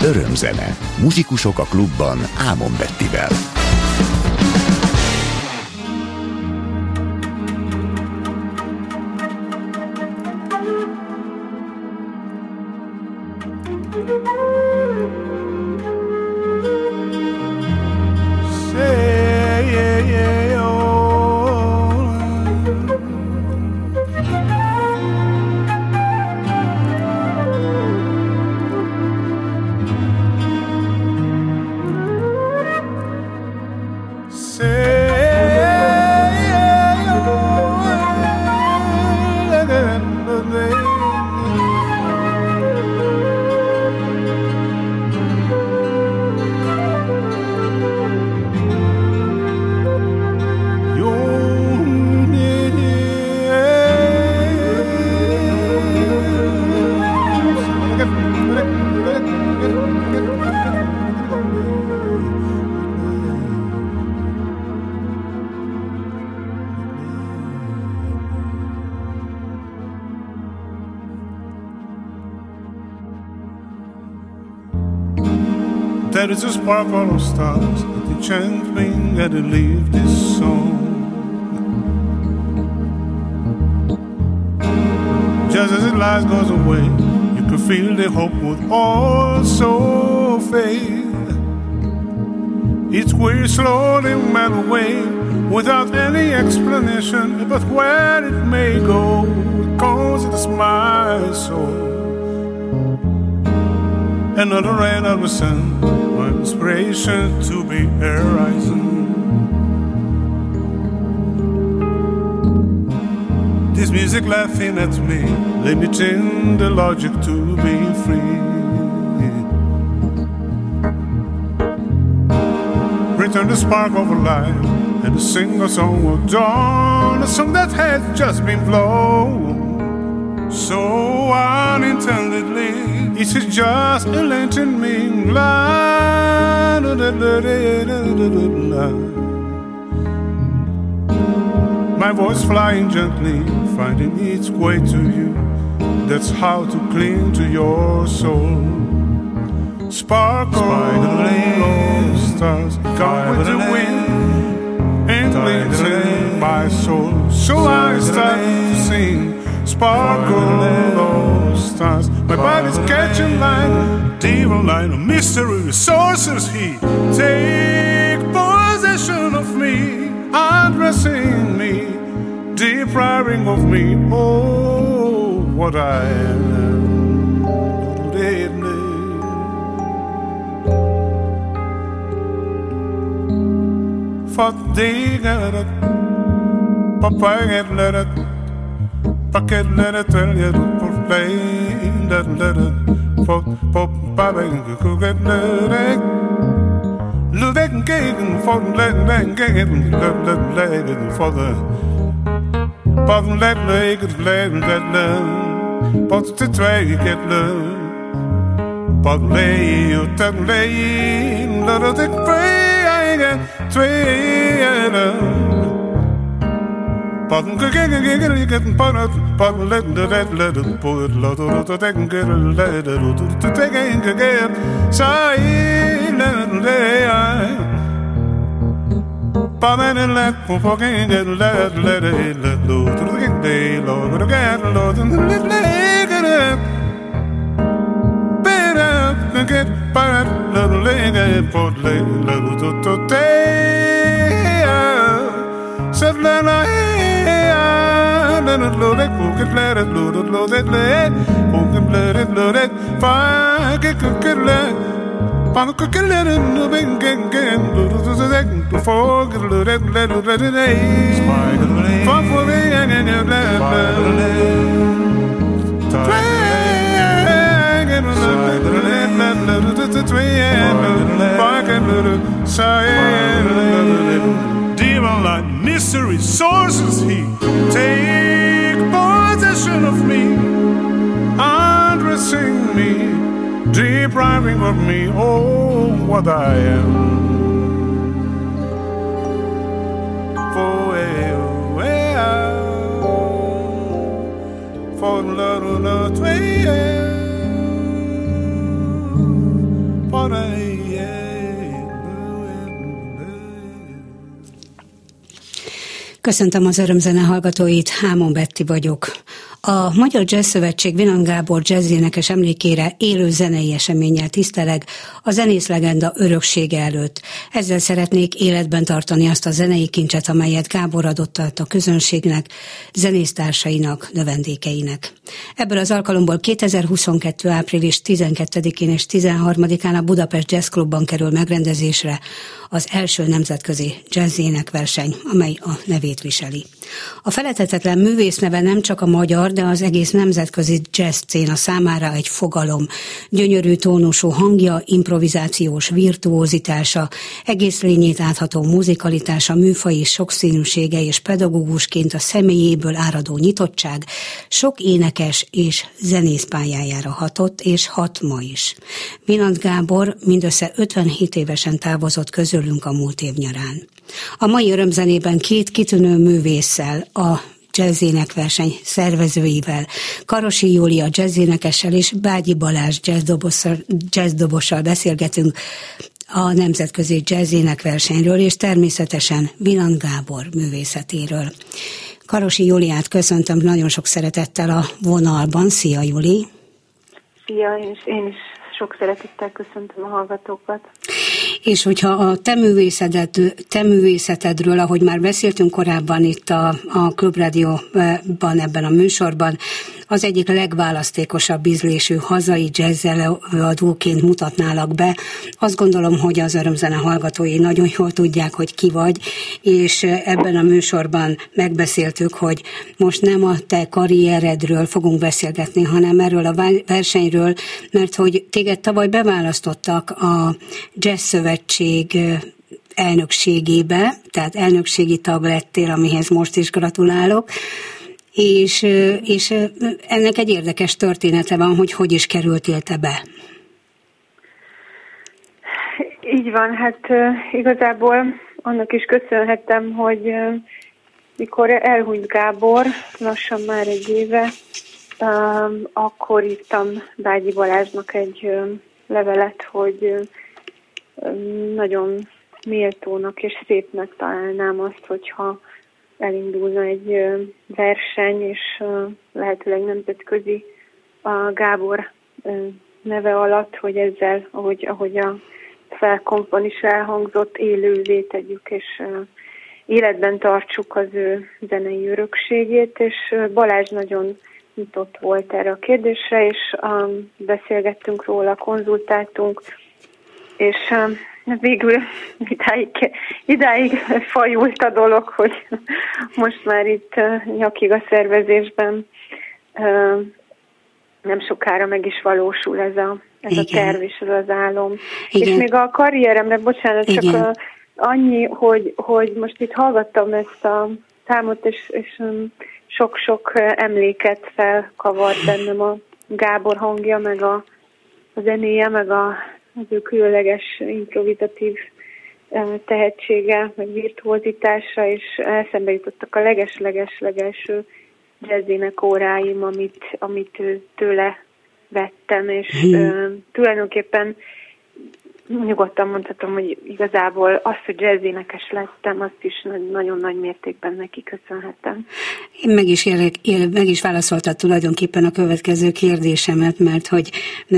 Örömzene. Muzsikusok a klubban Ámon Bettivel. There is a sparkle of stars that enchant me that I leave this song. Just as the light goes away, you can feel the hope would also fade. It's queer slowly melt away without any explanation about where it may go, because it's my soul. Another rain of the sun, my inspiration to be horizon. This music laughing at me, limiting the logic to be free. Return the spark of a life and to sing a song of dawn, a song that has just been blown so unintendedly. It is just a lantern being blind. My voice flying gently, finding its way to you. That's how to cling to your soul. Sparkle of stars, come with the wind and glinting my soul. So I start to sing. Sparkle of stars, my body's catching light, divine line of mystery, sources he take possession of me, undressing me, depriving of me, oh, what I am. For the day, Papa get let it. Packet let it tell you for play that let it for Papa could get let it. Look at getting for let getting let it for the bottom let leg it let that but to try get love but lay you tell lay let it pray I get try Bottom getting bottom let it pull it lot to take and get a letter to take and get silent day. Bottom and let for fucking get let it low to the day, Lord, to get a lot and let it better get bad little leg for little to take. Said then I let it load it, who can let it load it, load it, let who can let it load it, fine, get let Papa could let it no big again, to the second before get let it, let it, fun for me and you let demon like mystery sources he take possession of me, undressing me, depriving of me, oh, what I am. For love, Köszöntöm az Örömzene hallgatóit, Hámon Betti vagyok. A Magyar Jazz Szövetség Vinan Gábor jazzénekes emlékére élő zenei eseménnyel tiszteleg a zenész legenda öröksége előtt. Ezzel szeretnék életben tartani azt a zenei kincset, amelyet Gábor adott át a közönségnek, zenésztársainak, növendékeinek. Ebből az alkalomból 2022. április 12-én és 13-án a Budapest Jazz Clubban kerül megrendezésre az első nemzetközi jazzénekverseny, amely a nevét viseli. A feledhetetlen művész neve nem csak a magyar, de az egész nemzetközi jazz szcéna számára egy fogalom. Gyönyörű tónusú hangja, improvizációs virtuózitása, egész lényét átható muzikalitása, műfaji sokszínűsége és pedagógusként a személyéből áradó nyitottság sok énekes és zenész pályájára hatott, és hat ma is. Vinant Gábor mindössze 57 évesen távozott közülünk a múlt év nyarán. A mai örömzenében két kitűnő művésszel, a jazzénekverseny szervezőivel, Karosi Júlia jazzénekessel és Bágyi Balázs jazzdobossal beszélgetünk a nemzetközi jazzénekversenyről, és természetesen Vinant Gábor művészetéről. Karosi Júliát köszöntöm nagyon sok szeretettel a vonalban. Szia, Júli! Szia, és én is sok szeretettel köszöntöm a hallgatókat. És hogyha a te művészetedről, ahogy már beszéltünk korábban itt a Klubrádióban, ebben a műsorban, az egyik legválasztékosabb ízlésű hazai jazzelőadóként mutatnálak be. Azt gondolom, hogy az Örömzene hallgatói nagyon jól tudják, hogy ki vagy, és ebben a műsorban megbeszéltük, hogy most nem a te karrieredről fogunk beszélgetni, hanem erről a versenyről, mert hogy téged tavaly beválasztottak a Jazz Szövetség elnökségébe, tehát elnökségi tag lettél, amihez most is gratulálok, és ennek egy érdekes története van, hogy is kerültél te be. Így van, hát igazából annak is köszönhetem, hogy mikor elhunyt Gábor, lassan már egy éve, akkor írtam Bágyi Balázsnak egy levelet, hogy nagyon méltónak és szépnek találnám azt, hogyha elindulna egy verseny, és lehetőleg nemzetközi a Gábor neve alatt, hogy ezzel, ahogy a felkompon is elhangzott, élővé tegyük, és életben tartsuk az ő zenei örökségét, és Balázs nagyon nyitott volt erre a kérdésre, és beszélgettünk róla, konzultáltunk, és végül idáig fajult a dolog, hogy most már itt nyakig a szervezésben nem sokára meg is valósul ez a terv és ez az álom. Igen. És még a karrieremre, bocsánat, igen, csak annyi, hogy most itt hallgattam ezt a számot, és sok-sok emléket felkavart bennem a Gábor hangja, meg a zenéje, meg az ő különleges improvizatív tehetsége, meg virtuózitása, és eszembe jutottak a legelső jazzének óráim, amit tőle vettem, és tulajdonképpen nyugodtan mondhatom, hogy igazából azt, hogy jazzénekes lettem, azt is nagyon nagy mértékben neki köszönhetem. Én meg is válaszoltad tulajdonképpen a következő kérdésemet, mert hogy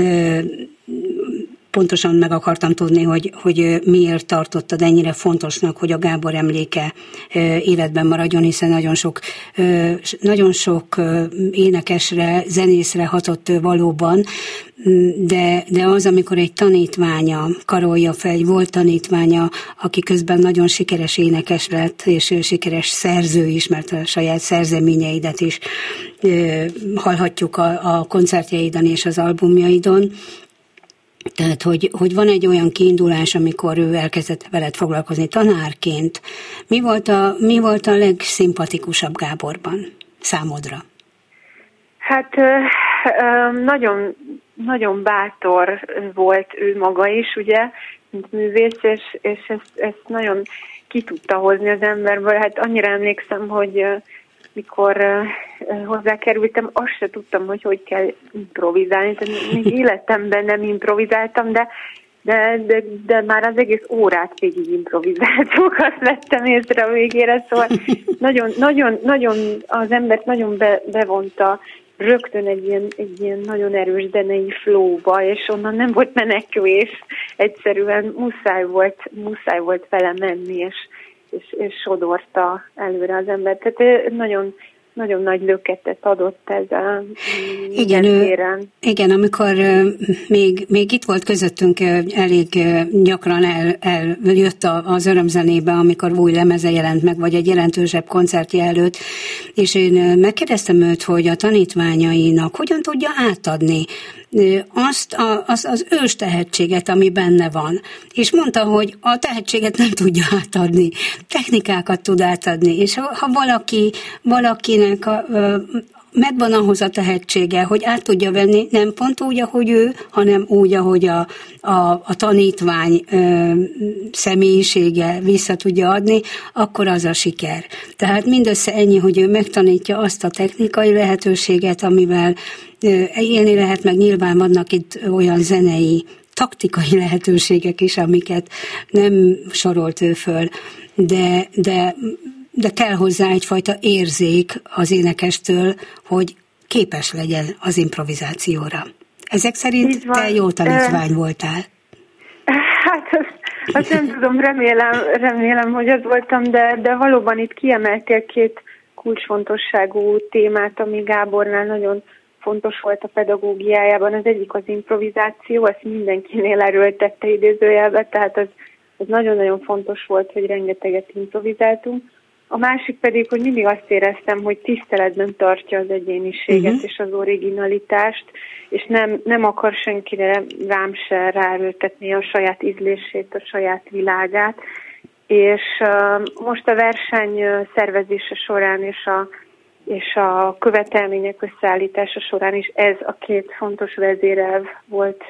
pontosan meg akartam tudni, hogy miért tartottad ennyire fontosnak, hogy a Gábor emléke életben maradjon, hiszen nagyon sok énekesre, zenészre hatott valóban, de az, amikor egy tanítványa karolja fel, egy volt tanítványa, aki közben nagyon sikeres énekes lett, és sikeres szerző is, mert a saját szerzeményeidet is hallhatjuk a koncertjeiden és az albumjaidon. Tehát, hogy van egy olyan kiindulás, amikor ő elkezdett veled foglalkozni tanárként. Mi volt a legszimpatikusabb Gáborban számodra? Hát nagyon, nagyon bátor volt ő maga is, ugye, mint művész, és ezt nagyon ki tudta hozni az emberből. Hát annyira emlékszem, hogy mikor hozzákerültem, azt se tudtam, hogy kell improvizálni. Tehát még életemben nem improvizáltam, de de már az egész órát végig improvizáltuk, azt vettem észre a végére, szóval nagyon az embert nagyon bevonta rögtön egy ilyen nagyon erős zenei flowba, és onnan nem volt menekvés, egyszerűen muszáj volt vele menni, és sodorta előre az ember. Tehát nagyon nagy löketet adott ez a téren. Igen, amikor még itt volt közöttünk, elég gyakran eljött az örömzenébe, amikor új lemeze jelent meg, vagy egy jelentősebb koncertje előtt, és én megkérdeztem őt, hogy a tanítványainak hogyan tudja átadni azt az ős tehetséget, ami benne van. És mondta, hogy a tehetséget nem tudja átadni, technikákat tud átadni, és ha valakinek megvan ahhoz a tehetsége, hogy át tudja venni, nem pont úgy, ahogy ő, hanem úgy, ahogy a tanítvány személyisége vissza tudja adni, akkor az a siker. Tehát mindössze ennyi, hogy ő megtanítja azt a technikai lehetőséget, amivel élni lehet, meg nyilván vannak itt olyan zenei, taktikai lehetőségek is, amiket nem sorolt ő föl, de kell hozzá egyfajta érzék az énekestől, hogy képes legyen az improvizációra. Ezek szerint te jó tanítvány voltál. Hát azt nem tudom, remélem, hogy az voltam, de valóban itt kiemeltél két kulcsfontosságú témát, ami Gábornál nagyon fontos volt a pedagógiájában. Az egyik az improvizáció, ezt mindenkinél erőltette idézőjelbe, tehát az nagyon-nagyon fontos volt, hogy rengeteget improvizáltunk. A másik pedig, hogy mindig azt éreztem, hogy tiszteletben tartja az egyéniséget és az originalitást, és nem akar senkire rám se ráerőltetni a saját ízlését, a saját világát. És most a verseny szervezése során és a követelmények összeállítása során is ez a két fontos vezérelv volt,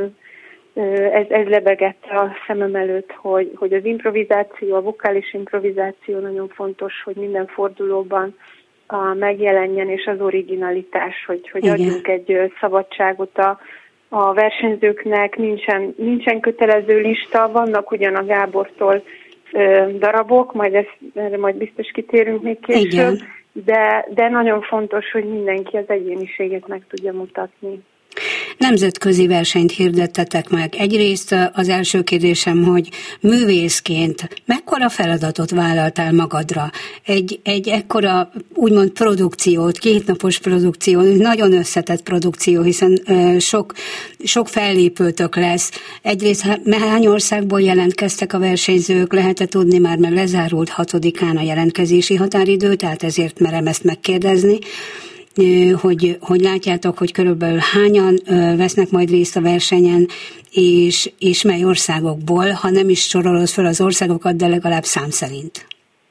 ez lebegett a szemem előtt, hogy az improvizáció, a vokális improvizáció nagyon fontos, hogy minden fordulóban megjelenjen, és az originalitás, hogy adjunk egy szabadságot a versenyzőknek, nincsen kötelező lista, vannak ugyan a Gábortól darabok, erre majd biztos kitérünk még később, de nagyon fontos, hogy mindenki az egyéniséget meg tudja mutatni. Nemzetközi versenyt hirdettetek meg. Egyrészt az első kérdésem, hogy művészként mekkora feladatot vállaltál magadra? Egy ekkora úgymond produkciót, 2 napos produkció, nagyon összetett produkció, hiszen sok fellépőtök lesz. Egyrészt hány országból jelentkeztek a versenyzők, lehet-e tudni már, mert lezárult 6-án a jelentkezési határidő, tehát ezért merem ezt megkérdezni. Hogy látjátok, hogy körülbelül hányan vesznek majd részt a versenyen, és mely országokból, ha nem is sorolod fel az országokat, de legalább szám szerint.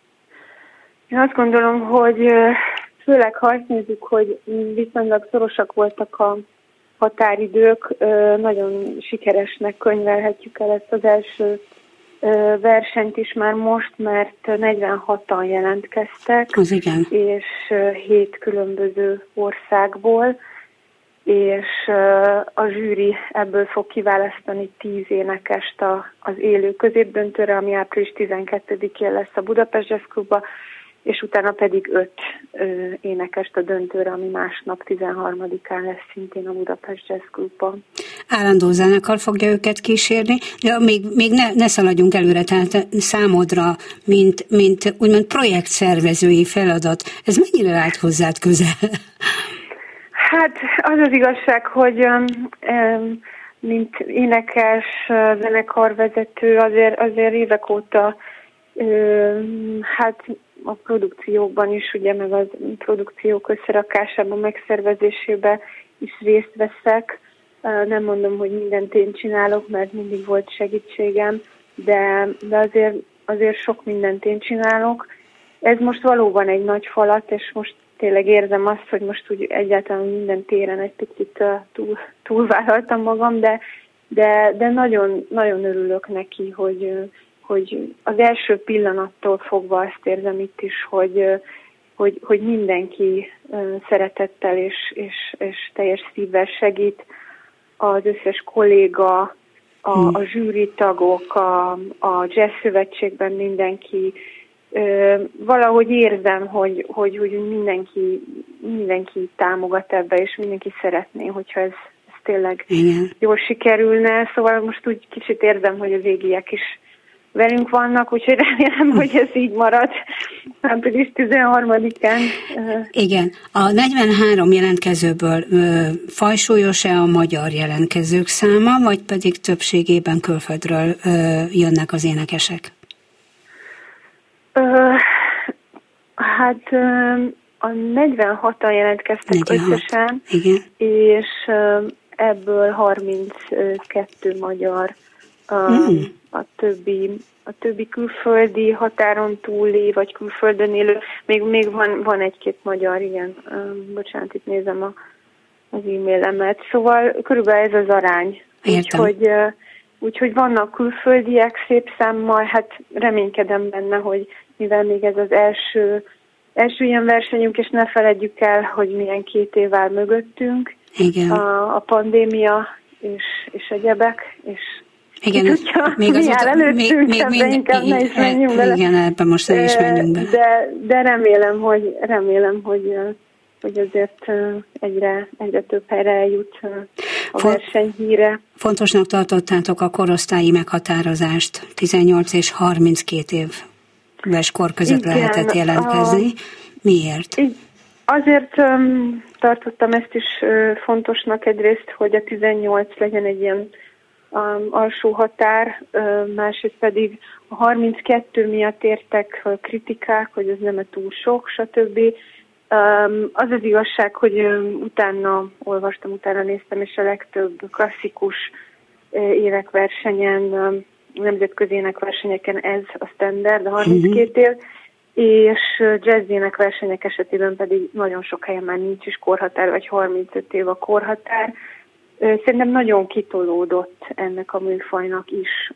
Én azt gondolom, hogy főleg ha azt nézzük, hogy viszonylag szorosak voltak a határidők, nagyon sikeresnek könyvelhetjük el ezt az első versenyt is már most, mert 46-an jelentkeztek, és 7 különböző országból, és a zsűri ebből fog kiválasztani 10 énekest az élő középdöntőre, ami április 12-én lesz a Budapest Jazz Clubba, és utána pedig 5 énekest a döntőre, ami másnap 13-án lesz szintén a Budapest Jazz Clubban. Állandó zenekar fogja őket kísérni, de még ne szaladjunk előre, tehát számodra, mint úgymond projektszervezői feladat, ez mennyire állt hozzád közel? Hát az igazság, hogy mint énekes, zenekarvezető azért évek óta hát a produkciókban is, ugye, meg a produkciók összerakásában, megszervezésében is részt veszek. Nem mondom, hogy mindent én csinálok, mert mindig volt segítségem, de azért sok mindent én csinálok. Ez most valóban egy nagy falat, és most tényleg érzem azt, hogy most úgy egyáltalán minden téren egy picit túlvállaltam magam, de nagyon, nagyon örülök neki, hogy az első pillanattól fogva azt érzem itt is, hogy mindenki szeretettel és teljes szívvel segít, az összes kolléga, a zsűri tagok, a jazz szövetségben mindenki, valahogy érzem, hogy mindenki támogat ebbe, és mindenki szeretné, hogyha ez tényleg jól sikerülne. Szóval most úgy kicsit érzem, hogy az égiek is velünk vannak, úgyhogy remélem, hogy ez így marad április 13-án. Igen. A 43 jelentkezőből fajsúlyos-e a magyar jelentkezők száma, vagy pedig többségében külföldről jönnek az énekesek? Hát a 46-an jelentkeztek összesen, igen. És ebből 32 magyar, a többi külföldi, határon túli, vagy külföldön élő, még van egy-két magyar, igen, bocsánat, itt nézem az e-mailemet, szóval körülbelül ez az arány. Úgyhogy vannak külföldiek szép számmal, hát reménykedem benne, hogy mivel még ez az első ilyen versenyünk, és ne feledjük el, hogy milyen 2 év áll mögöttünk, igen. A pandémia és egyebek, és igen, még inkább ne is menjünk bele. Igen, ebben most ne is menjünk bele. De remélem, hogy azért egyre több helyre eljut a verseny híre. Fontosnak tartottátok a korosztályi meghatározást, 18 és 32 éves kor között lehetett jelentkezni. Miért? Azért tartottam ezt is fontosnak egyrészt, hogy a 18 legyen egy ilyen alsó határ, másrészt pedig a 32 miatt értek kritikák, hogy ez nem túl sok, stb. Az az igazság, hogy utána olvastam, utána néztem, és a legtöbb klasszikus énekversenyen, nemzetközi énekversenyeken ez a standard, a 32 év, és jazz énekversenyek esetében pedig nagyon sok helyen már nincs is korhatár, vagy 35 év a korhatár. Szerintem nagyon kitolódott ennek a műfajnak is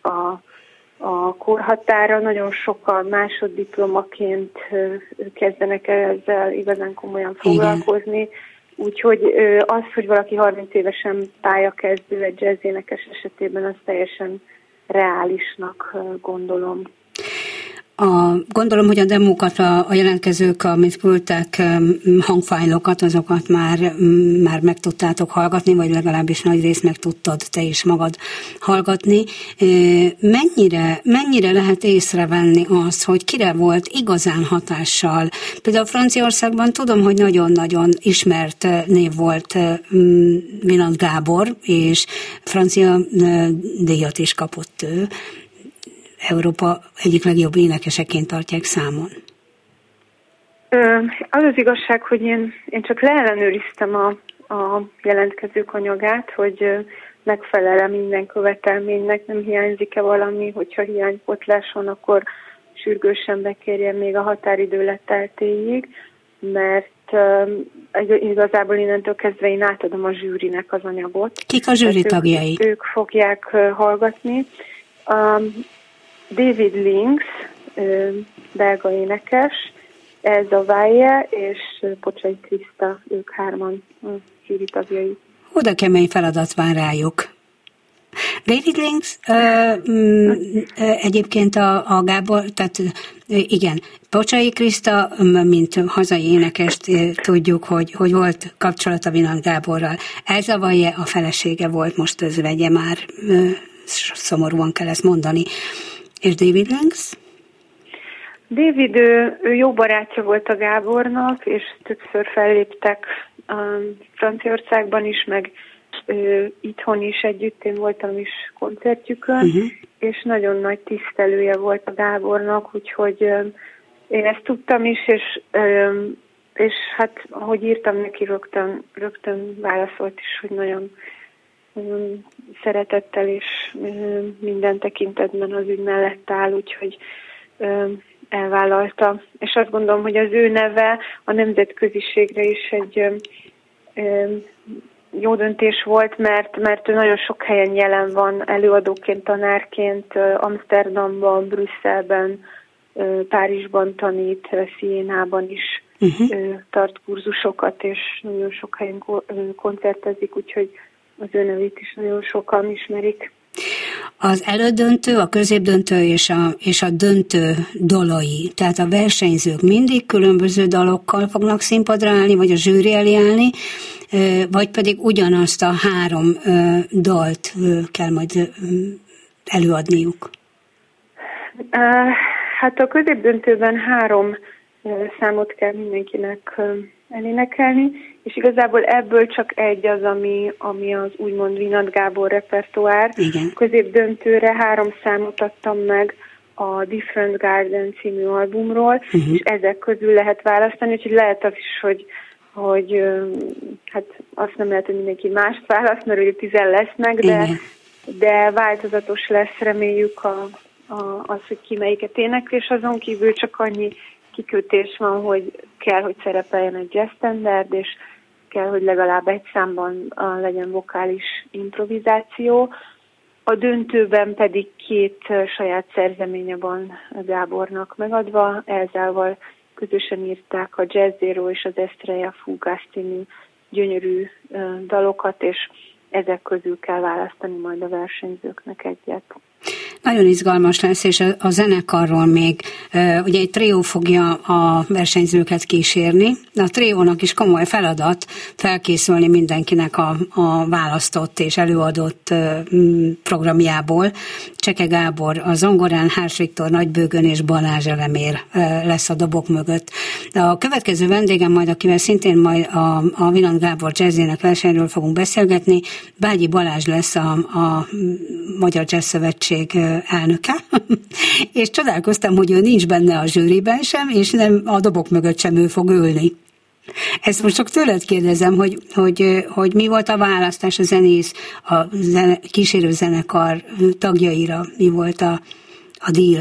a korhatára. Nagyon sokan másoddiplomaként kezdenek ezzel igazán komolyan foglalkozni. Úgyhogy az, hogy valaki 30 évesen pályakezdő egy jazz énekes esetében, az teljesen reálisnak gondolom. Gondolom, hogy a demókat, a jelentkezők, amit küldtek, hangfájlokat, azokat már meg tudtátok hallgatni, vagy legalábbis nagy részt meg tudtad te is magad hallgatni. Mennyire lehet észrevenni azt, hogy kire volt igazán hatással? Például Franciaországban tudom, hogy nagyon-nagyon ismert név volt Viland Gábor, és francia díjat is kapott ő. Európa egyik legjobb énekeseként tartják számon. Az az igazság, hogy én csak leellenőriztem a jelentkezők anyagát, hogy megfelel-e minden követelménynek, nem hiányzik-e valami, hogyha hiánypotlás van, akkor sürgősen bekérjen még a határidő leteltéig, mert igazából innentől kezdve én átadom a zsűrinek az anyagot. Kik a zsűri tagjai? Ők fogják hallgatni. David Links, belga énekes, Elza Valle és Pocsai Kriszta, ők 3 zsűri tagjai. Oda kemény feladat vár rájuk. David Links egyébként a Gábor, tehát igen, Pocsai Kriszta, mint hazai énekest tudjuk, hogy volt kapcsolata Viland Gáborral. Elza Valle a felesége volt, most özvegye már, szomorúan kell ezt mondani. És David Links? David, ő jó barátja volt a Gábornak, és többször felléptek Franciaországban is, meg itthon is együtt, én voltam is koncertjükön, és nagyon nagy tisztelője volt a Gábornak, úgyhogy én ezt tudtam is, és hát ahogy írtam neki, rögtön válaszolt is, hogy nagyon szeretettel és minden tekintetben az ügy mellett áll, úgyhogy elvállalta. És azt gondolom, hogy az ő neve a nemzetköziségre is egy jó döntés volt, mert ő nagyon sok helyen jelen van, előadóként, tanárként, Amsterdamban, Brüsszelben, Párizsban tanít, Sziénában is tart kurzusokat, és nagyon sok helyen koncertezik, úgyhogy az ő nevét is nagyon sokan ismerik. Az elődöntő, a középdöntő és a döntő dalai, tehát a versenyzők mindig különböző dalokkal fognak színpadra állni, vagy a zsűri elé állni, vagy pedig ugyanazt a 3 dalt kell majd előadniuk? Hát a középdöntőben 3 számot kell mindenkinek elénekelni, és igazából ebből csak egy az, ami az úgymond Vinand Gábor repertoár. Igen. Középdöntőre 3 számot adtam meg a Different Garden című albumról, és ezek közül lehet választani, úgyhogy lehet az is, hogy hát azt nem lehet, hogy mindenki mást választ, mert ugye 10 lesznek, de változatos lesz, reméljük az, hogy ki melyiket énekli, és azon kívül csak annyi kikötés van, hogy kell, hogy szerepeljen egy jazz standard, és kell, hogy legalább egy számban legyen vokális improvizáció. A döntőben pedig 2 saját szerzeménye van a Gábornak megadva. Elzával közösen írták a Jazzero és az Estrella Fugaz című gyönyörű dalokat, és ezek közül kell választani majd a versenyzőknek egyet. Nagyon izgalmas lesz, és a zenekarról még, ugye egy trió fogja a versenyzőket kísérni. A triónak is komoly feladat felkészülni mindenkinek a választott és előadott programjából. Cseke Gábor a zongorán, Hárs Viktor nagybőgön és Balázs Elemér lesz a dobok mögött. A következő vendégem majd, akivel szintén majd a Vinand Gábor Jazz-ének versenyről fogunk beszélgetni, Bágyi Balázs lesz a Magyar Jazz Szövetség elnöke, és csodálkoztam, hogy ő nincs benne a zsűriben sem, és nem a dobok mögött sem ő fog ülni. Ezt most csak tőled kérdezem, hogy mi volt a választás a zenész, a kísérő zenekar tagjaira, mi volt a deal?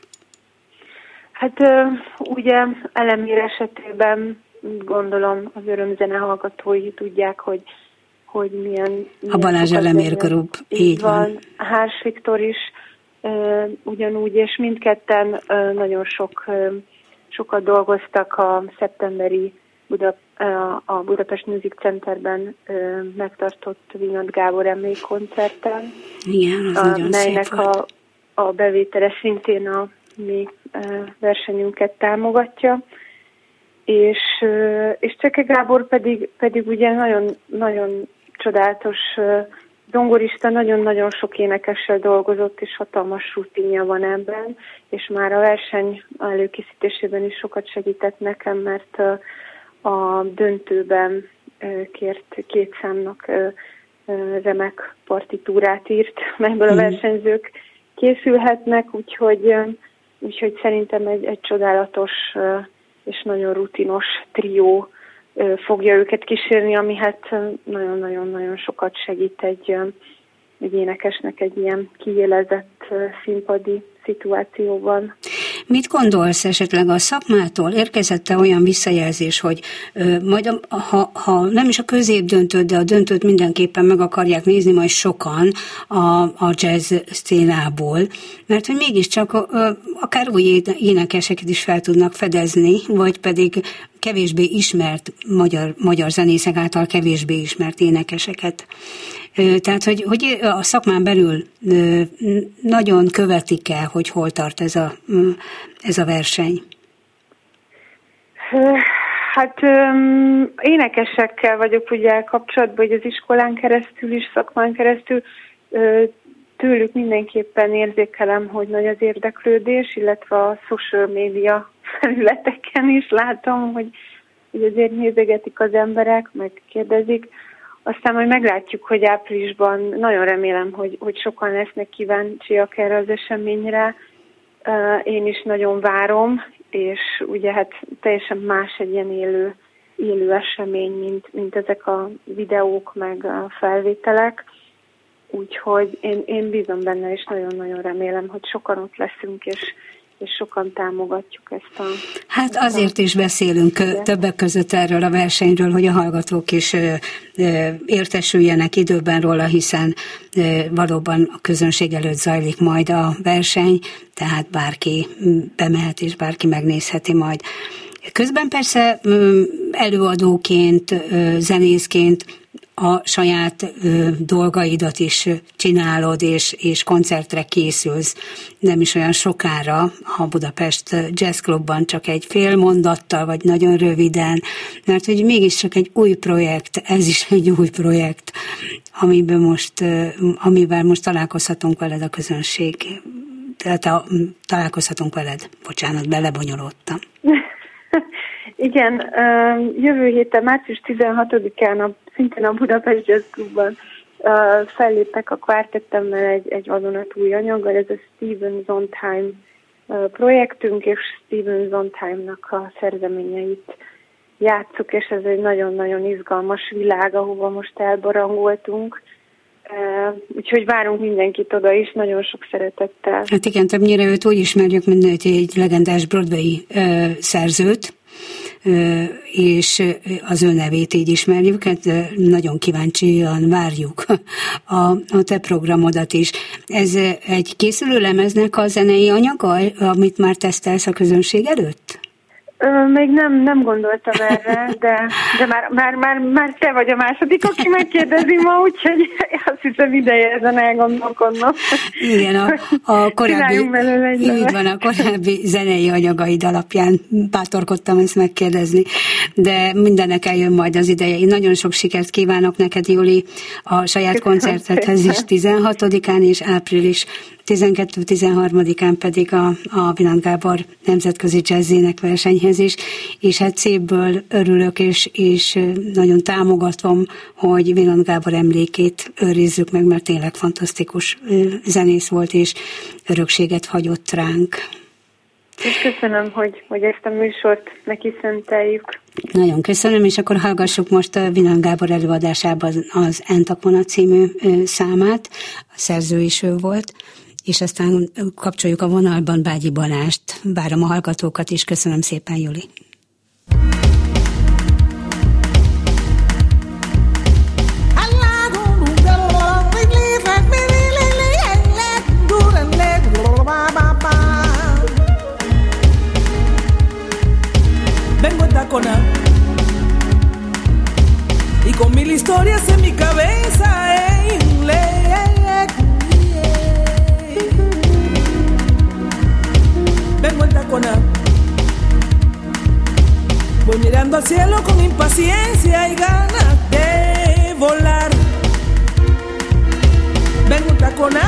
Hát ugye Elemér esetében gondolom az örömzene hallgatói tudják, hogy milyen a Balázs Elemér Group, így van. Hárs Viktor is ugyanúgy, és mindketten nagyon sokat dolgoztak a szeptemberi a Budapest Music Centerben megtartott Vinand Gábor emlékkoncerten. Igen, az nagyon melynek szép volt. A bevétele szintén a mi versenyünket támogatja. És Cseke Gábor pedig ugye nagyon, nagyon csodálatos zongorista, nagyon-nagyon sok énekessel dolgozott, és hatalmas rutinja van ebben, és már a verseny előkészítésében is sokat segített nekem, mert a döntőben kért 2 számnak remek partitúrát írt, melyből a versenyzők készülhetnek, úgyhogy szerintem egy csodálatos és nagyon rutinos trió fogja őket kísérni, ami hát nagyon-nagyon-nagyon sokat segít egy énekesnek egy ilyen kiélezett színpadi szituációban. Mit gondolsz esetleg a szakmától? Érkezett-e olyan visszajelzés, hogy majd ha nem is a középdöntőt, de a döntőt mindenképpen meg akarják nézni majd sokan a jazz szcénából, mert hogy mégiscsak akár új énekeseket is fel tudnak fedezni, vagy pedig kevésbé ismert magyar zenészek által kevésbé ismert énekeseket. Tehát, hogy a szakmán belül nagyon követik-e, hogy hol tart ez a verseny? Hát énekesekkel vagyok ugye kapcsolatban, hogy az iskolán keresztül is, szakmán keresztül tőlük mindenképpen érzékelem, hogy nagy az érdeklődés, illetve a social media felületeken is látom, hogy azért nézegetik az emberek, megkérdezik. Aztán majd meglátjuk, hogy áprilisban nagyon remélem, hogy sokan lesznek kíváncsiak erre az eseményre. Én is nagyon várom, és ugye hát teljesen más egy ilyen élő esemény, mint ezek a videók, meg a felvételek. Úgyhogy én bízom benne, és nagyon-nagyon remélem, hogy sokan ott leszünk, és sokan támogatjuk ezt a... Hát azért is beszélünk többek között erről a versenyről, hogy a hallgatók is értesüljenek időben róla, hiszen valóban a közönség előtt zajlik majd a verseny, tehát bárki bemehet és bárki megnézheti majd. Közben persze előadóként, zenészként a saját dolgaidat is csinálod, és koncertre készülsz. Nem is olyan sokára a Budapest Jazz Clubban, csak egy fél mondattal, vagy nagyon röviden, mert hogy mégiscsak egy új projekt, ez is egy új projekt, amivel most találkozhatunk veled a közönség. Tehát találkozhatunk veled. Bocsánat, belebonyolódtam. Igen, jövő héten, március 16-án szintén a Budapest Jazz Clubban fellépek a kvártettemmel egy vadonatúj anyaggal, ez a Steven Sondheim projektünk, és Steven Sondheimnak a szerzeményeit játsszuk, és ez egy nagyon-nagyon izgalmas világ, ahova most elbarangoltunk. Úgyhogy várunk mindenkit oda is, nagyon sok szeretettel. Hát igen, többnyire őt úgy ismerjük, mint egy legendás Broadway szerzőt, és az ő nevét így ismerjük, hát nagyon kíváncsian várjuk a te programodat is. Ez egy készülő lemeznek a zenei anyaga, amit már tesztelsz a közönség előtt? Még nem gondoltam erre, de már te vagy a második, aki megkérdezi ma, úgyhogy azt hiszem ideje ezen elgondolkodnom. Igen, a korábbi zenei anyagaid alapján bátorkodtam ezt megkérdezni, de mindennek eljön majd az ideje. Én nagyon sok sikert kívánok neked, Juli, a saját koncertedhez is 16-án és április 12-13-án pedig a Viland Gábor Nemzetközi Jazz Énekversenyhez is, és hát szépből örülök, és nagyon támogatom, hogy Viland Gábor emlékét őrizzük meg, mert tényleg fantasztikus zenész volt, és örökséget hagyott ránk. És köszönöm, hogy ezt a műsort neki szenteljük. Nagyon köszönöm, és akkor hallgassuk most a Viland Gábor előadásában az Entakona című számát, a szerző is ő volt, és aztán kapcsoljuk a vonalban Bágyi Balást. Várom a hallgatókat is. Köszönöm szépen, Juli. Vengo a Tacona y con mil historias en mi cabeza. Vengo en Tacona, voy mirando al cielo con impaciencia y ganas de volar. Vengo en Tacona,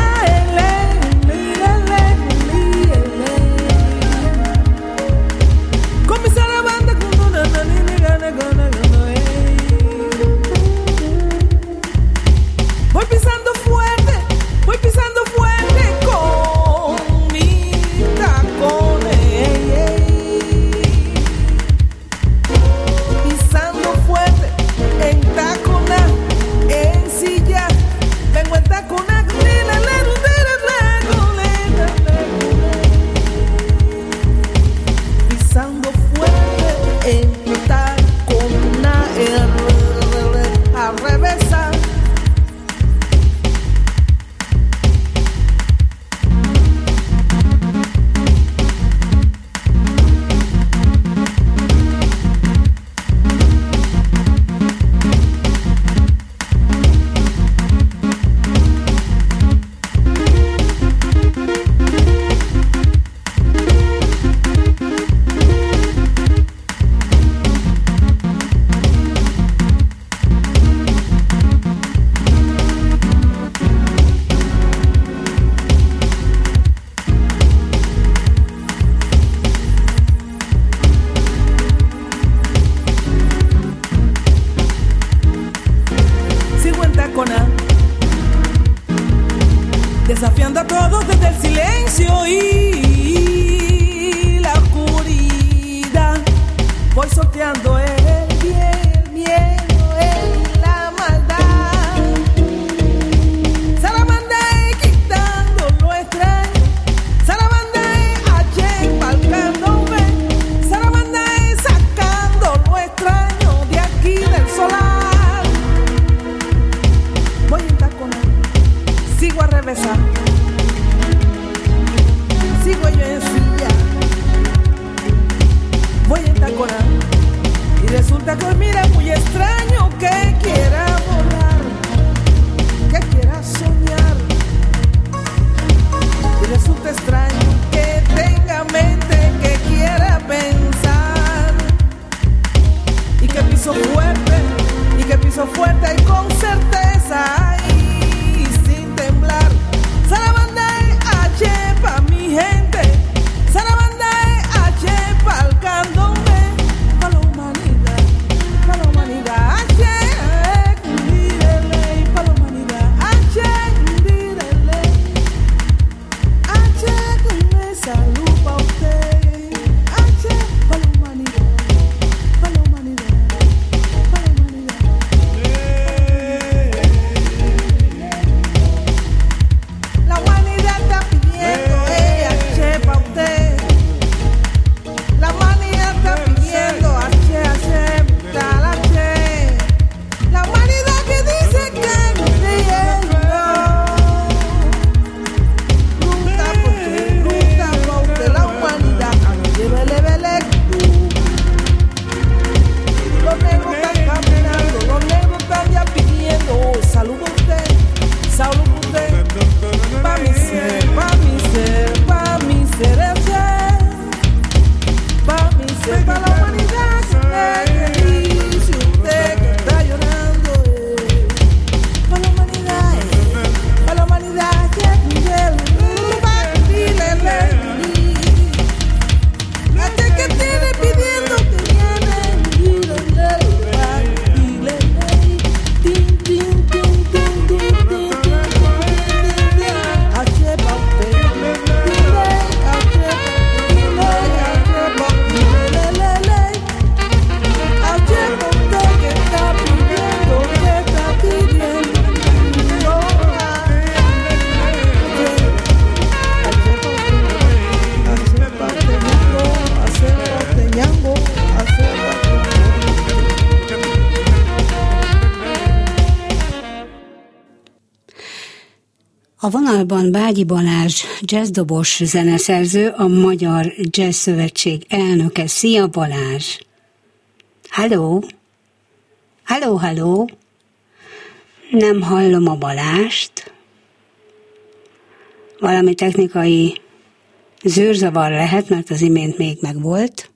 con mi zarabanda, voy pisando fuerte con mis tacones, pisando fuerte en Tacona, en silla, vengo en Tacona, pisando fuerte en Tacona, al revésar. Desafiando a todos desde el silencio y la oscuridad. Voy sorteando el miedo y la maldad. Salamandae quitando lo extraño. Salamandae empalcándome. Salamandae sacando lo extraño de aquí del solar. Voy en Tacona, sigo a revésar. Sigo yo en silla, voy en Tacona y resulta que hoy mira muy extraño que quiera volar. con certeza y sin temblar. Sarabanday H pa' mi gente, Sarabanday H pa'l candombe, pa' la humanidad, pa' la humanidad. H, direle, pa' la humanidad. H, direle, H con esa luz pa' usted. H pa' la humanidad, pa' la humanidad, pa' la humanidad. La humanidad está pidiendo H pa' usted. La humanidad está pidiendo H, acepta la H. La humanidad que dice que no pidiendo. Ruta pa' usted, la humanidad. Llévele, vele. Los negros están caminando, los negros están ya pidiendo. Salud a usted, salud a usted. Pa' mi ser, pa' mi ser, pa' mi ser ese. Pa' mi ser, pa' la humanidad que dice usted que está llorando. Pa' la humanidad, pa' la humanidad que hasta que tiene pidiendo que viene. A vonalban Bágyi Balázs, jazzdobos zeneszerző, a Magyar Jazz Szövetség elnöke. Szia Balázs! Halló? Halló, halló? Nem hallom a Balást. Valami technikai zűrzavar lehet, mert az imént még megvolt.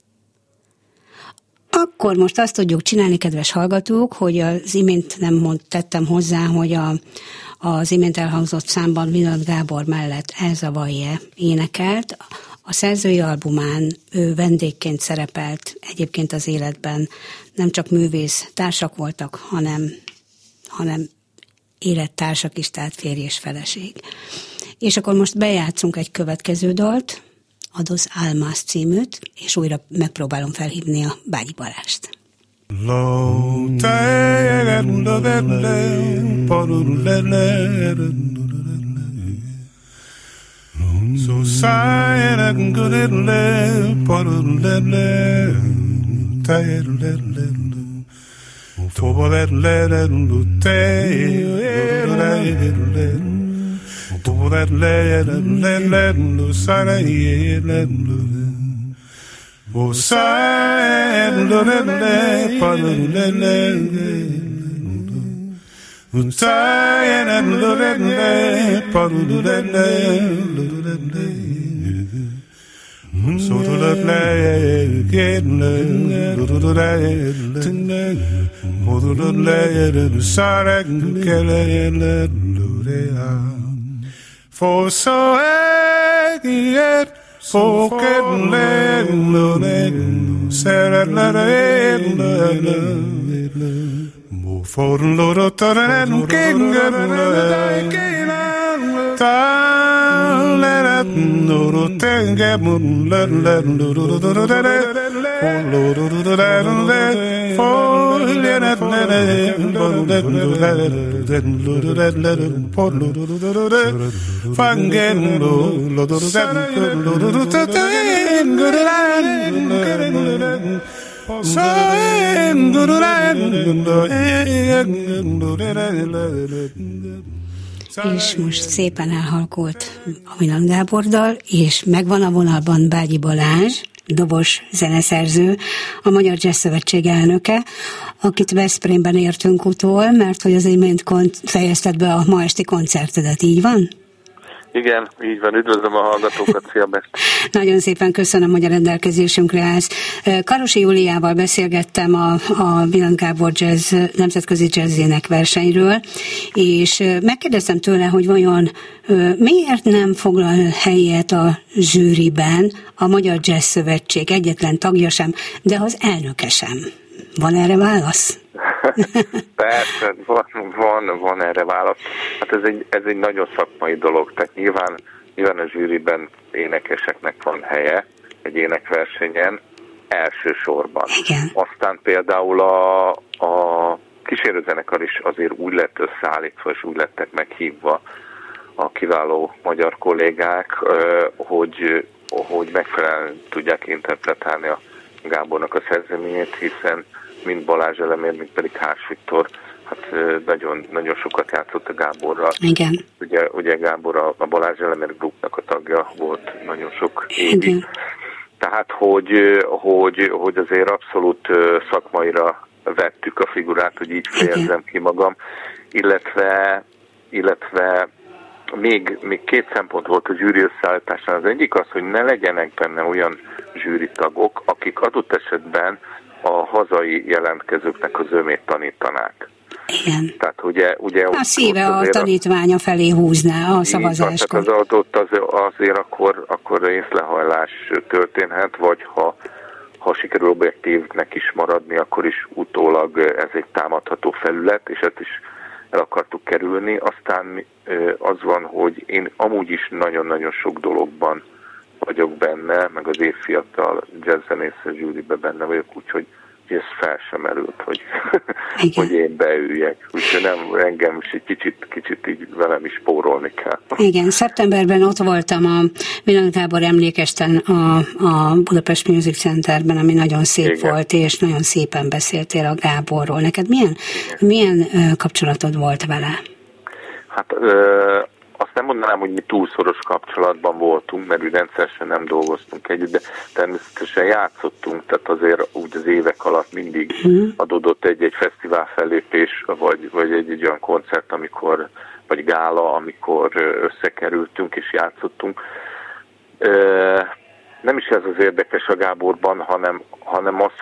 Akkor most azt tudjuk csinálni, kedves hallgatók, hogy az imént nem tettem hozzá, hogy az imént elhangzott számban Vinod Gábor mellett Elza Vajje énekelt. A szerzői albumán ő vendégként szerepelt, egyébként az életben nem csak művész társak voltak, hanem élettársak is, tehát férj és feleség. És akkor most bejátszunk egy következő dalt, a Dos Almas címűt, és újra megpróbálom felhívni a Bágyi Balást. For so I forget for the Lord of the King És most szépen elhalkult a Vinod Gábor dal, és megvan a vonalban Bágyi Balázs, dobos zeneszerző, a Magyar Jazz Szövetség elnöke, akit Veszprémben értünk utol, mert hogy az imént fejezted be a ma esti koncertedet, így van? Igen, így van. Üdvözlöm a hallgatókat, szia Best. Nagyon szépen köszönöm, hogy a rendelkezésünkre állsz. Karosi Júliával beszélgettem a Vilent Gábor Jazz, nemzetközi jazzének versenyről, és megkérdeztem tőle, hogy vajon miért nem foglal helyet a zsűriben a Magyar Jazz Szövetség egyetlen tagja sem, de az elnöke sem. Van erre válasz? Persze, van erre válasz. Hát ez egy nagyon szakmai dolog, tehát nyilván a zsűriben énekeseknek van helye egy énekversenyen elsősorban. Igen. Aztán például a kísérőzenekar is azért úgy lett összeállítva, és úgy lettek meghívva a kiváló magyar kollégák, hogy megfelelően tudják interpretálni a Gábornak a szerzeményét, hiszen mind Balázs Elemér, mind pedig Hárs Viktor, hát nagyon, nagyon sokat játszott a Gáborral. Igen. Ugye Gábor a Balázs Elemér Groupnak a tagja volt nagyon sok évig. Igen. Tehát, hogy azért abszolút szakmaira vettük a figurát, hogy így fejezzem ki magam, illetve még két szempont volt a zsűri összeállításán. Az egyik az, hogy ne legyenek benne olyan zsűritagok, akik adott esetben a hazai jelentkezőknek az zömét tanítanák. Igen. Tehát ugye a szíve a tanítványa felé húzná a szavazáskor. Tehát az adott azért akkor részlehajlás történhet, vagy ha sikerül objektívnek is maradni, akkor is utólag ez egy támadható felület, és ezt is el akartuk kerülni. Aztán az van, hogy én amúgy is nagyon-nagyon sok dologban vagyok benne, meg az évfiatal jazzzenész zsűriben benne vagyok, úgyhogy ez fel sem erült, hogy én beüljek. Úgyhogy engem is egy kicsit így velem is spórolni kell. Igen, szeptemberben ott voltam a Vilent Gábor emlékesten a Budapest Music Centerben, ami nagyon szép volt, és nagyon szépen beszéltél a Gáborról. Neked milyen kapcsolatod volt vele? Hát azt nem mondanám, hogy mi túlszoros kapcsolatban voltunk, mert úgy rendszeresen nem dolgoztunk együtt, de természetesen játszottunk, tehát azért úgy az évek alatt mindig adódott egy fesztivál fellépés, vagy egy olyan koncert, vagy gála, amikor összekerültünk és játszottunk. Nem is ez az érdekes a Gáborban, hanem az,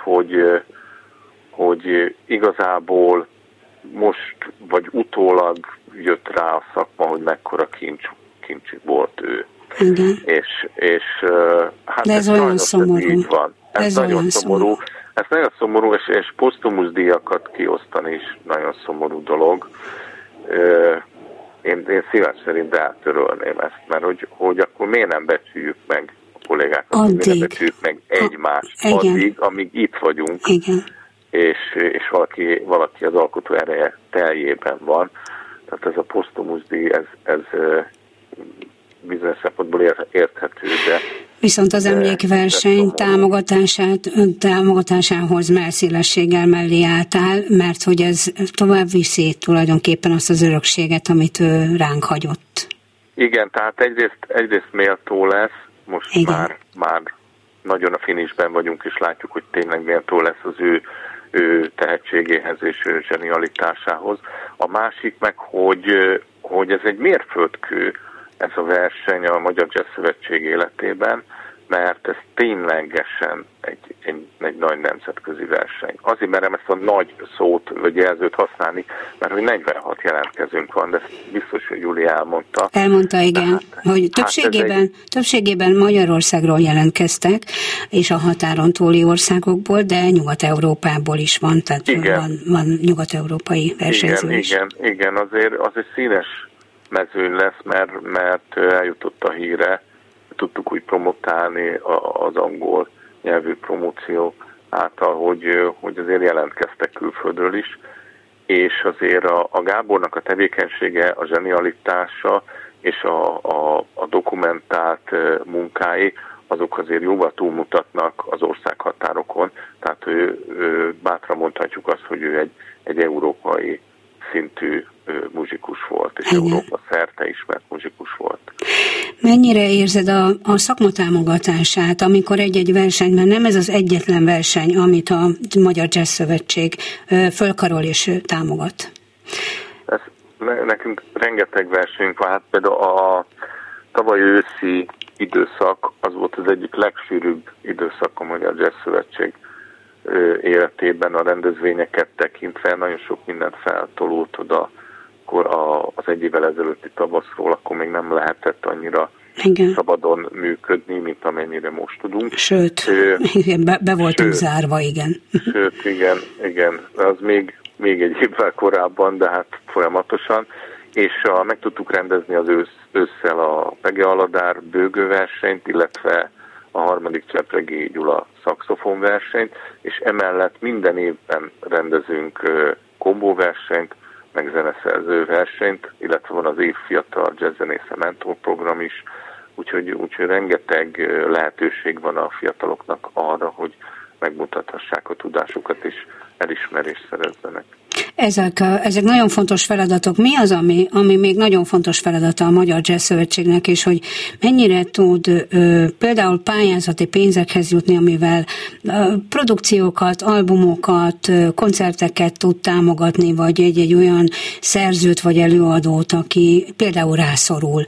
hogy igazából most vagy utólag jött rá a szakma, hogy mekkora kincs volt ő. Igen. És hát de ez olyan szomorú. Így van. Ez nagyon szomorú. Ez nagyon szomorú, és posztumusz díjakat kiosztani is nagyon szomorú dolog. Én szívem szerint eltörölném ezt, mert hogy akkor miért nem becsüljük meg a kollégákat, miért nem becsüljük meg egymást addig, amíg itt vagyunk. Igen. És valaki az alkotó ereje teljében van. Tehát ez a posztumusz díj, ez bizonyos szempontból érthető, de... Viszont az emlékverseny támogatásához melszélességgel mellé álltál, mert hogy ez tovább viszi tulajdonképpen azt az örökséget, amit ő ránk hagyott. Igen, tehát egyrészt méltó lesz, most már nagyon a finishben vagyunk, és látjuk, hogy tényleg méltó lesz az ő tehetségéhez és zsenialitásához. A másik meg, hogy ez egy mérföldkő, ez a verseny a Magyar Jazz Szövetség életében, mert ez ténylegesen egy nagy nemzetközi verseny. Azért merem ezt a nagy szót, vagy jelzőt használni, mert hogy 46 jelentkezőnk van, de ezt biztos, hogy Júli elmondta. Elmondta, igen, hogy többségében Magyarországról jelentkeztek, és a határon túli országokból, de Nyugat-Európából is van, tehát van nyugat-európai versenyző is. Igen, azért az egy színes mezőny lesz, mert eljutott a híre, tudtuk úgy promotálni az angol nyelvű promóció által, hogy azért jelentkeztek külföldről is, és azért a Gábornak a tevékenysége, a zsenialitása és a dokumentált munkái, azok azért jóval túlmutatnak az országhatárokon, tehát ő bátran mondhatjuk azt, hogy ő egy európai szintű muzsikus volt, és Európa szerte ismert muzsikus volt. Mennyire érzed a szakma támogatását, amikor egy-egy versenyben nem ez az egyetlen verseny, amit a Magyar Jazz Szövetség fölkarol és támogat? Nekünk rengeteg versenyünk van, hát például tavaly őszi időszak az volt az egyik legsűrűbb időszak a Magyar Jazz Szövetség életében a rendezvényeket tekintve. Nagyon sok mindent feltolult oda, akkor az egy évvel ezelőtti tavaszról, akkor még nem lehetett annyira szabadon működni, mint amennyire most tudunk. Sőt, be voltunk zárva, igen. Sőt, igen, az még egy évvel korábban, de hát folyamatosan. És meg tudtuk rendezni az ősszel a Pege Aladár bőgőversenyt, illetve a 3. Csepregi Gyula szaxofonversenyt, és emellett minden évben rendezünk kombóversenyt, meg zeneszerző versenyt, illetve van az év fiatal jazzzenésze mentorprogram is, úgyhogy rengeteg lehetőség van a fiataloknak arra, hogy megmutathassák a tudásukat és elismerést szerezzenek. Ezek nagyon fontos feladatok. Mi az, ami még nagyon fontos feladata a Magyar Jazz Szövetségnek, és hogy mennyire tud például pályázati pénzekhez jutni, amivel produkciókat, albumokat, koncerteket tud támogatni, vagy egy olyan szerzőt vagy előadót, aki például rászorul?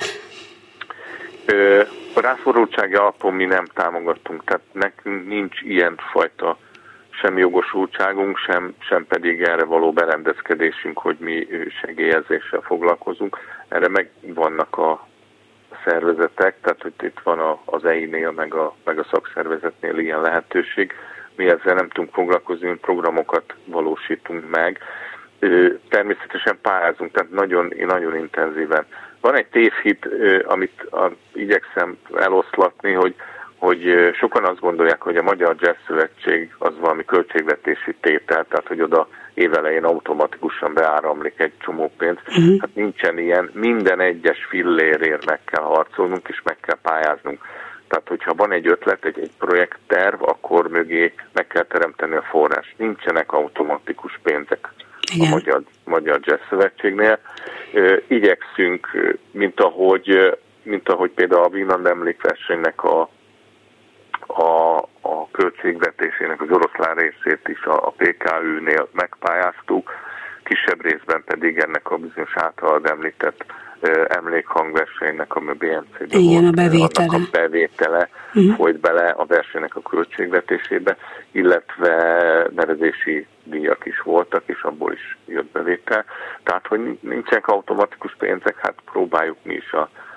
A rászorultsági alapon mi nem támogatunk, tehát nekünk nincs ilyen fajta sem jogosultságunk, sem pedig erre való berendezkedésünk, hogy mi segélyezéssel foglalkozunk. Erre meg vannak a szervezetek, tehát hogy itt van az EI-nél, meg a szakszervezetnél ilyen lehetőség. Mi ezzel nem tudunk foglalkozni, programokat valósítunk meg. Természetesen pályázunk, tehát nagyon intenzíven. Van egy tévhit, amit igyekszem eloszlatni, hogy sokan azt gondolják, hogy a Magyar Jazz Szövetség az valami költségvetési tétel, tehát hogy oda évelején automatikusan beáramlik egy csomó pénz. Hát nincsen ilyen, minden egyes fillérért meg kell harcolnunk, és meg kell pályáznunk. Tehát, hogyha van egy ötlet, egy projektterv, akkor mögé meg kell teremteni a forrás. Nincsenek automatikus pénzek a Magyar Jazz Szövetségnél. Igyekszünk, mint ahogy például a Wieland emlékversenynek a költségvetésének az oroszlán részét is a PKÜ-nél megpályáztuk, kisebb részben pedig ennek a bizonyos általad említett emlékhangversenynek, ami a BNC-ben volt, annak a bevétele folyt bele a versenynek a költségvetésébe, illetve nevezési díjak is voltak, és abból is jött bevétel. Tehát, hogy nincsenek automatikus pénzek, hát próbáljuk mi is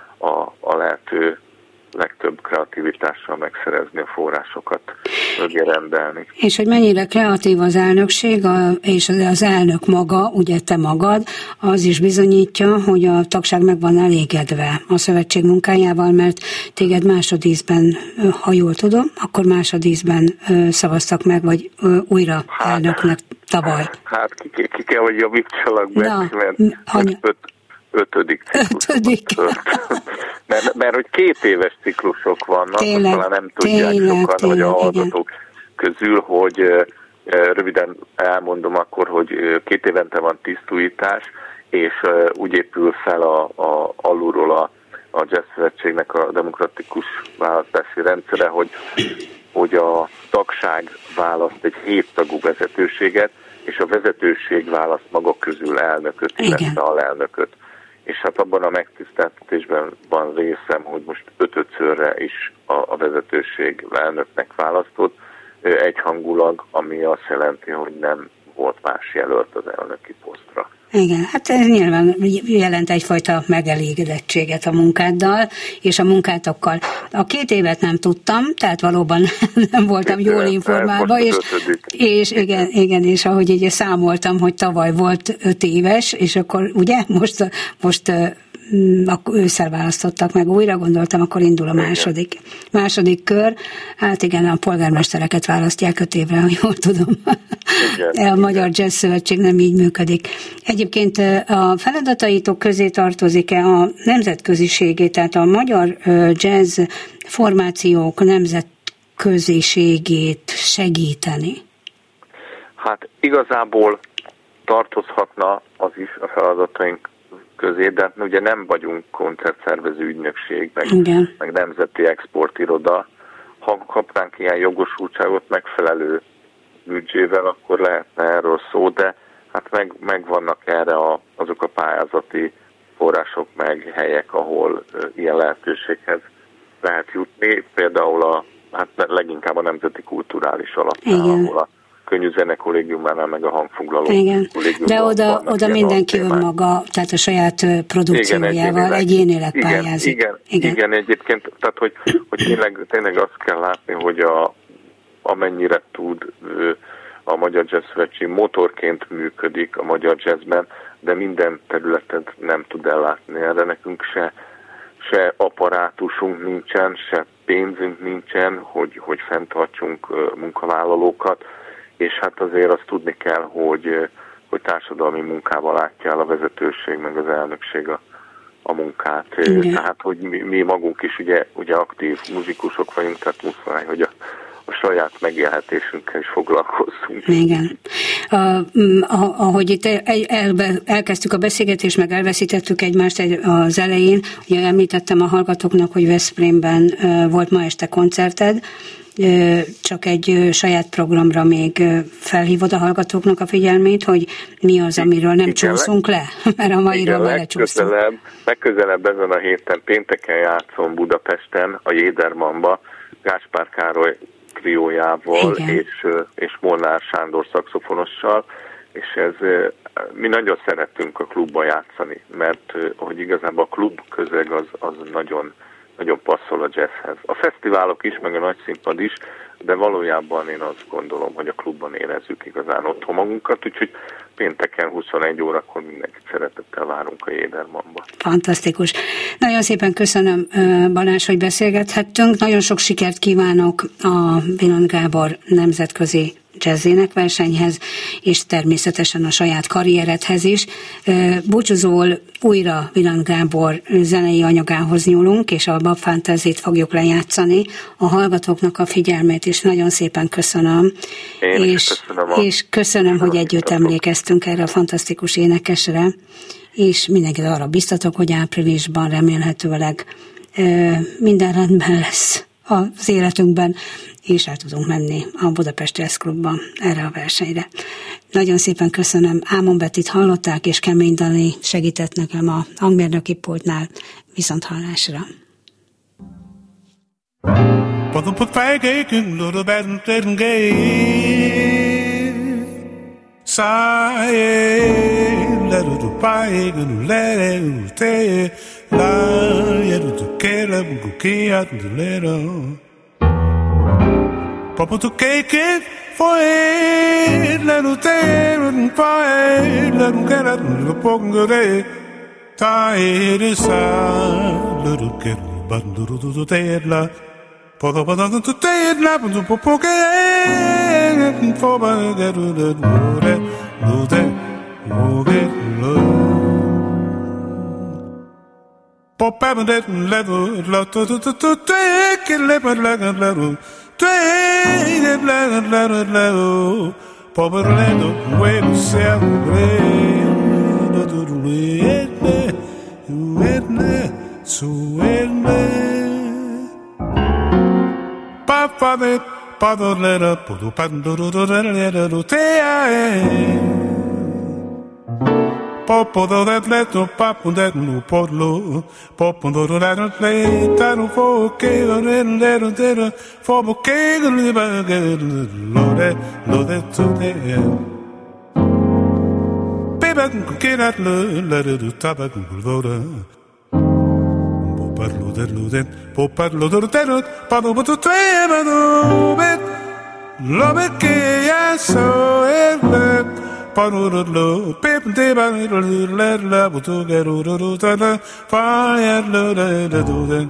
a lehető legtöbb kreativitással megszerezni a forrásokat, mögé rendelni. És hogy mennyire kreatív az elnökség, és az elnök maga, ugye te magad, az is bizonyítja, hogy a tagság meg van elégedve a szövetség munkájával, mert téged másodízben, ha jól tudom, akkor másodízben szavaztak meg, vagy újra elnöknek tavaly. Hát ki kell, hogy javítsalak meg, mert ötödik ciklus. Mert hogy 2 éves ciklusok vannak, talán nem tudják sokan, hogy a hallgatók közül, hogy röviden elmondom akkor, hogy 2 évente van tisztújítás, és úgy épül fel alulról a Jazz Szövetségnek a demokratikus választási rendszere, hogy a tagság választ egy 7 tagú vezetőséget, és a vezetőség választ maga közül elnököt, illetve alelnököt. És hát abban a megtiszteltetésben van részem, hogy most 5-szörre is a vezetőség elnöknek választott egyhangulag, ami azt jelenti, hogy nem volt más jelölt az elnöki posztra. Igen, hát ez nyilván jelent egyfajta megelégedettséget a munkáddal és a munkátokkal. A 2 évet nem tudtam, tehát valóban nem voltam jól informálva, és igen, és ahogy így számoltam, hogy tavaly volt 5 éves, és akkor ugye most akkor ősszel választottak meg újra, gondoltam, akkor indul a második kör. Hát igen, a polgármestereket választják 5 évre, ha jól tudom. Igen. A Magyar Jazz Szövetség nem így működik. Egyébként a feladataitok közé tartozik-e a nemzetköziségét, tehát a magyar jazz formációk nemzetköziségét segíteni? Hát igazából tartozhatna az is a feladataink közé, de ugye nem vagyunk koncertszervező ügynökség, meg nemzeti exportiroda. Ha kapnánk ilyen jogosultságot megfelelő büdzsével, akkor lehetne erről szó, de hát megvannak erre azok a pályázati források meg helyek, ahol ilyen lehetőséghez lehet jutni. Például leginkább a Nemzeti Kulturális Alapnál, ahol a Könnyű Zene Kollégiumánál, meg a Hangfoglaló Kollégiumban. De oda mindenki önmaga, tehát a saját produkciójával egyénileg pályázik. Igen, egyébként, tehát hogy tényleg azt kell látni, hogy amennyire tud a Magyar Jazz Szövetség motorként működik a magyar jazzben, de minden területet nem tud ellátni. Erre nekünk se apparátusunk nincsen, se pénzünk nincsen, hogy fenntartsunk munkavállalókat, és hát azért azt tudni kell, hogy társadalmi munkával látja el a vezetőség, meg az elnökség a munkát. Tehát, hogy mi magunk is ugye aktív muzsikusok vagyunk, tehát muszáj, hogy a saját megélhetésünkkel is foglalkozzunk. Igen. Ahogy itt elkezdtük a beszélgetést, meg elveszítettük egymást az elején, ugye említettem a hallgatóknak, hogy Veszprémben volt ma este koncerted, csak egy saját programra még felhívod a hallgatóknak a figyelmét, hogy mi az, amiről nem csúszunk le, mert a mairól már lecsúsztunk. Legközelebb ezen a héten pénteken játszom Budapesten, a Jédermanba, Gáspár Károly triójával és Molnár Sándor szaxofonossal, és mi nagyon szeretünk a klubban játszani, mert hogy igazából a klub közeg az nagyon, nagyon passzol a jazzhez. A fesztiválok is, meg a nagy színpad is, de valójában én azt gondolom, hogy a klubban érezzük igazán otthon magunkat, úgyhogy pénteken 21 órakor mindenkit szeretettel várunk a Jédermanba. Fantasztikus. Nagyon szépen köszönöm, Balázs, hogy beszélgethettünk. Nagyon sok sikert kívánok a Viland Gábor nemzetközi jazzénekversenyhez, és természetesen a saját karrieredhez is. Búcsúzól újra Viland Gábor zenei anyagához nyúlunk, és a Bab Fantasy-t fogjuk lejátszani. A hallgatóknak a figyelmét is nagyon szépen köszönöm. És köszönöm, hogy együtt emlékeztünk erre a fantasztikus énekesre, és mindenkit arra biztatok, hogy áprilisban remélhetőleg minden rendben lesz az életünkben, és el tudunk menni a Budapesti Jazz Klubban erre a versenyre. Nagyon szépen köszönöm. Ámon Bettit hallották, és Kemény Dani segített nekem a hangmérnöki pultnál. Viszont hallásra. Papa to cake it for it, little day, little pie, little get out of the pongere. Tired is a little get, but little dead la. Papa to dead la, but to poke it, for by get it, no day, no get low. Papa and that level, lot to take it, leopard like a level. Take it, let it, Poverledo, well, celebrate, Papa de Padolera, Podo Pandoro, Popo that leto, papo that no podlo, Popo that play, Tano for Kale, and for Bocale, Lode to the Baby, get at let it do tobacco, Loda. Poparlo that Luden, Poparlo that Pado to Trevano, Love que ya so it. Parurlo, pep de banner, let love to get out fire, loaded,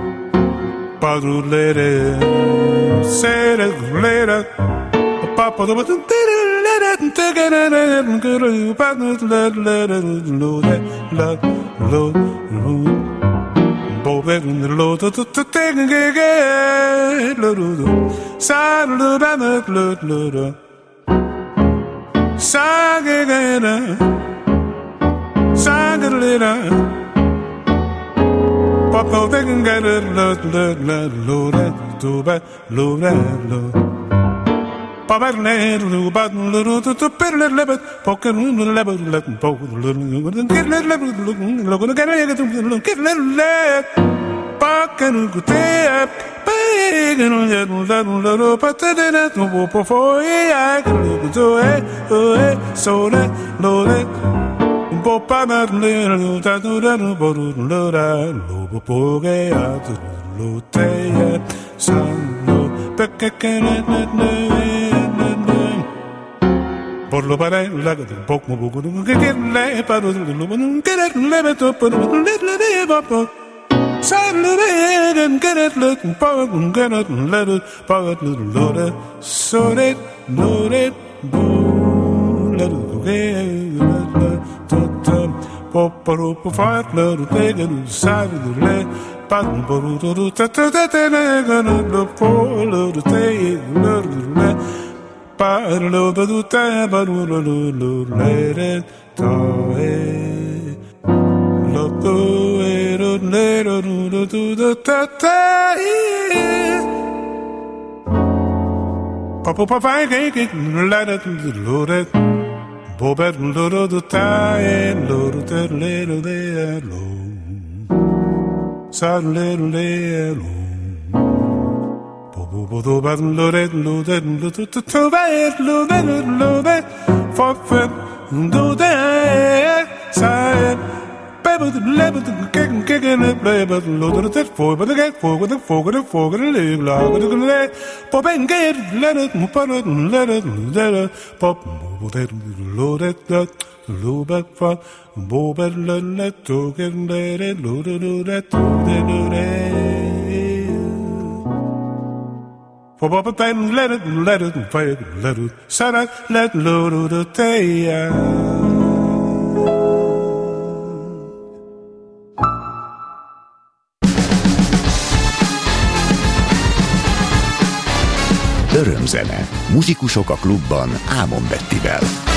Padrulere, said it later, Papa, but let it take it and go, let it load, Bobek in the load to take a load, saddle banner, load. Sagagera, Sagalera, Papa, they can get it, load, to bed, load. Porlo pare la che poco poco che le paro che le to Salvation get it look and get it let it power load it so it load it let it get poporo fire load take it side of the leg button boru ta ta ta ta gonna the follow the take load parlo do ta baru let it to Papa papa cake let it load it Bobet load the tie load it little there low sad little there low Bobo bad load it load it to bad load it for do that side But the level kicking it, play, but load it for, but the get for with the fork, the leg, log, the leg, pop and get, let it, let it, pop, load it, load back for, bob and let it, to get let it, load it, load it. For pop a pen, let it, fire, let it, sad, let load the tail. Örömzene. Muzsikusok a klubban Ámon Bettivel.